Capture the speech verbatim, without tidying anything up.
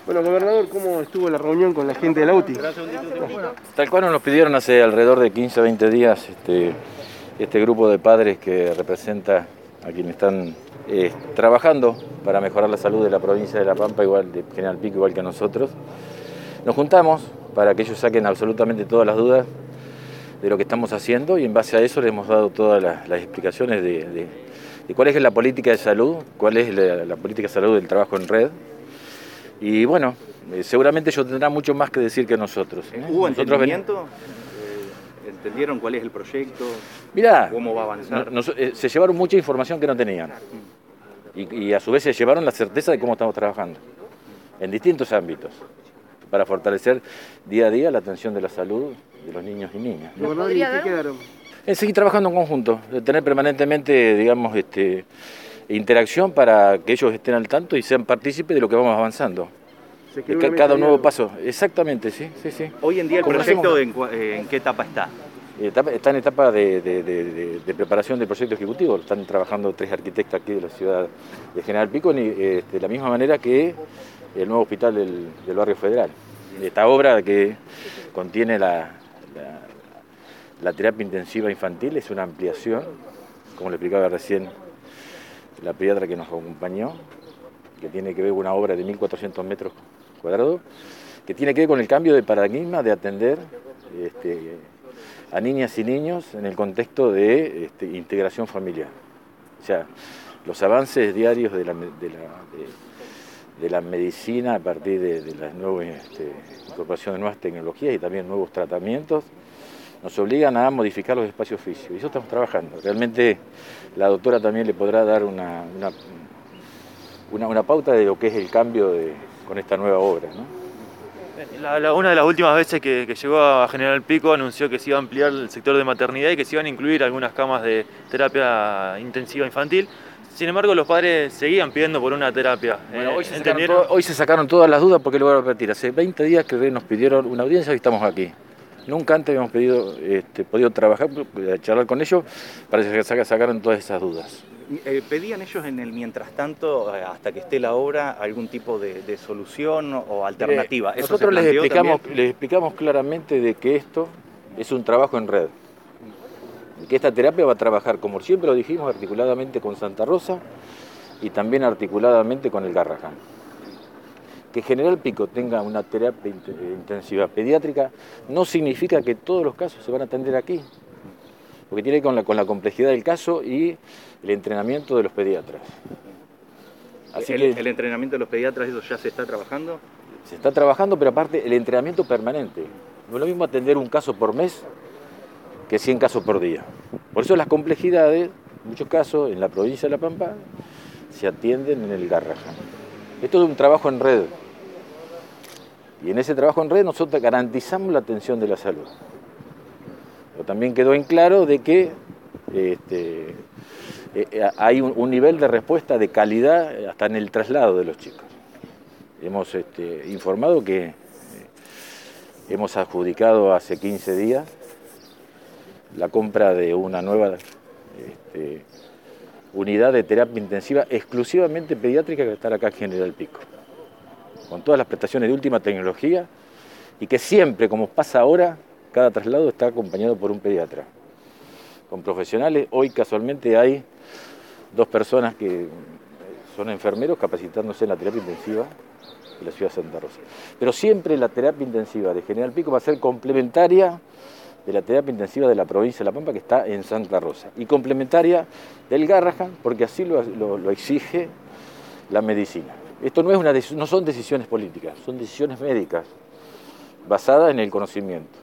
Bueno, gobernador, ¿cómo estuvo la reunión con la gente de la U T I? Tal cual nos pidieron hace alrededor de quince o veinte días este, este grupo de padres que representa a quienes están eh, trabajando para mejorar la salud de la provincia de La Pampa, igual de General Pico, igual que a nosotros. Nos juntamos para que ellos saquen absolutamente todas las dudas de lo que estamos haciendo y en base a eso les hemos dado todas las, las explicaciones de, de, de cuál es la política de salud, cuál es la, la política de salud del trabajo en red. Y bueno, eh, seguramente ellos tendrán mucho más que decir que nosotros. ¿eh? ¿Hubo nosotros entendimiento? Eh, ¿Entendieron cuál es el proyecto? Mirá, ¿Cómo va a avanzar? No, no, eh, se llevaron mucha información que no tenían. Y, y a su vez se llevaron la certeza de cómo estamos trabajando, en distintos ámbitos, para fortalecer día a día la atención de la salud de los niños y niñas. ¿no? Gobernador, ¿y qué quedaron? En seguir trabajando en conjunto, de tener permanentemente, digamos, este, interacción para que ellos estén al tanto y sean partícipes de lo que vamos avanzando. De ca cada nuevo paso, exactamente, sí, sí, sí. Hoy en día el proyecto, en, ¿en qué etapa está? Está en etapa de, de, de, de, de preparación del proyecto ejecutivo, están trabajando tres arquitectos aquí de la ciudad de General Pico, de la misma manera que el nuevo hospital del, del barrio Federal. Esta obra que contiene la, la, la terapia intensiva infantil es una ampliación, como le explicaba recién la pediatra que nos acompañó, que tiene que ver con una obra de mil cuatrocientos metros cuadrados, que tiene que ver con el cambio de paradigma de atender este, a niñas y niños en el contexto de este, integración familiar. O sea, los avances diarios de la, de la, de, de la medicina a partir de, de la nueva este, incorporación de nuevas tecnologías y también nuevos tratamientos nos obligan a modificar los espacios físicos. Y eso estamos trabajando. Realmente la doctora también le podrá dar una, una, una, una pauta de lo que es el cambio de, con esta nueva obra, ¿no? La, la, una de las últimas veces que, que llegó a General Pico anunció que se iba a ampliar el sector de maternidad y que se iban a incluir algunas camas de terapia intensiva infantil. Sin embargo, los padres seguían pidiendo por una terapia. Bueno, hoy, se todo, hoy se sacaron todas las dudas porque lo voy a repetir. Hace veinte días que nos pidieron una audiencia y estamos aquí. Nunca antes habíamos pedido, este, podido trabajar, charlar con ellos para que sacaran todas esas dudas. Eh, ¿Pedían ellos en el mientras tanto, hasta que esté la obra, algún tipo de, de solución o alternativa? Eh, nosotros les explicamos, les explicamos claramente de que esto es un trabajo en red. Y que esta terapia va a trabajar, como siempre lo dijimos, articuladamente con Santa Rosa y también articuladamente con el Garrahan. Que General Pico tenga una terapia intensiva pediátrica no significa que todos los casos se van a atender aquí, porque tiene que ver con la, con la complejidad del caso y el entrenamiento de los pediatras. Así ¿El, que, ¿El entrenamiento de los pediatras, eso ya se está trabajando? Se está trabajando, pero aparte el entrenamiento permanente. No es lo mismo atender un caso por mes que cien casos por día. Por eso las complejidades, en muchos casos, en la provincia de La Pampa, se atienden en el Garrahan. Esto es un trabajo en red. Y en ese trabajo en red nosotros garantizamos la atención de la salud. Pero también quedó en claro de que este, eh, hay un, un nivel de respuesta de calidad hasta en el traslado de los chicos. Hemos este, informado que eh, hemos adjudicado hace quince días la compra de una nueva este, unidad de terapia intensiva exclusivamente pediátrica que va a estar acá en General Pico, con todas las prestaciones de última tecnología y que siempre, como pasa ahora, cada traslado está acompañado por un pediatra, con profesionales. Hoy casualmente hay dos personas que son enfermeros capacitándose en la terapia intensiva de la ciudad de Santa Rosa. Pero siempre la terapia intensiva de General Pico va a ser complementaria de la terapia intensiva de la provincia de La Pampa, que está en Santa Rosa, y complementaria del Garrahan, porque así lo, lo, lo exige la medicina. Esto no, es una, no son decisiones políticas, son decisiones médicas, basadas en el conocimiento.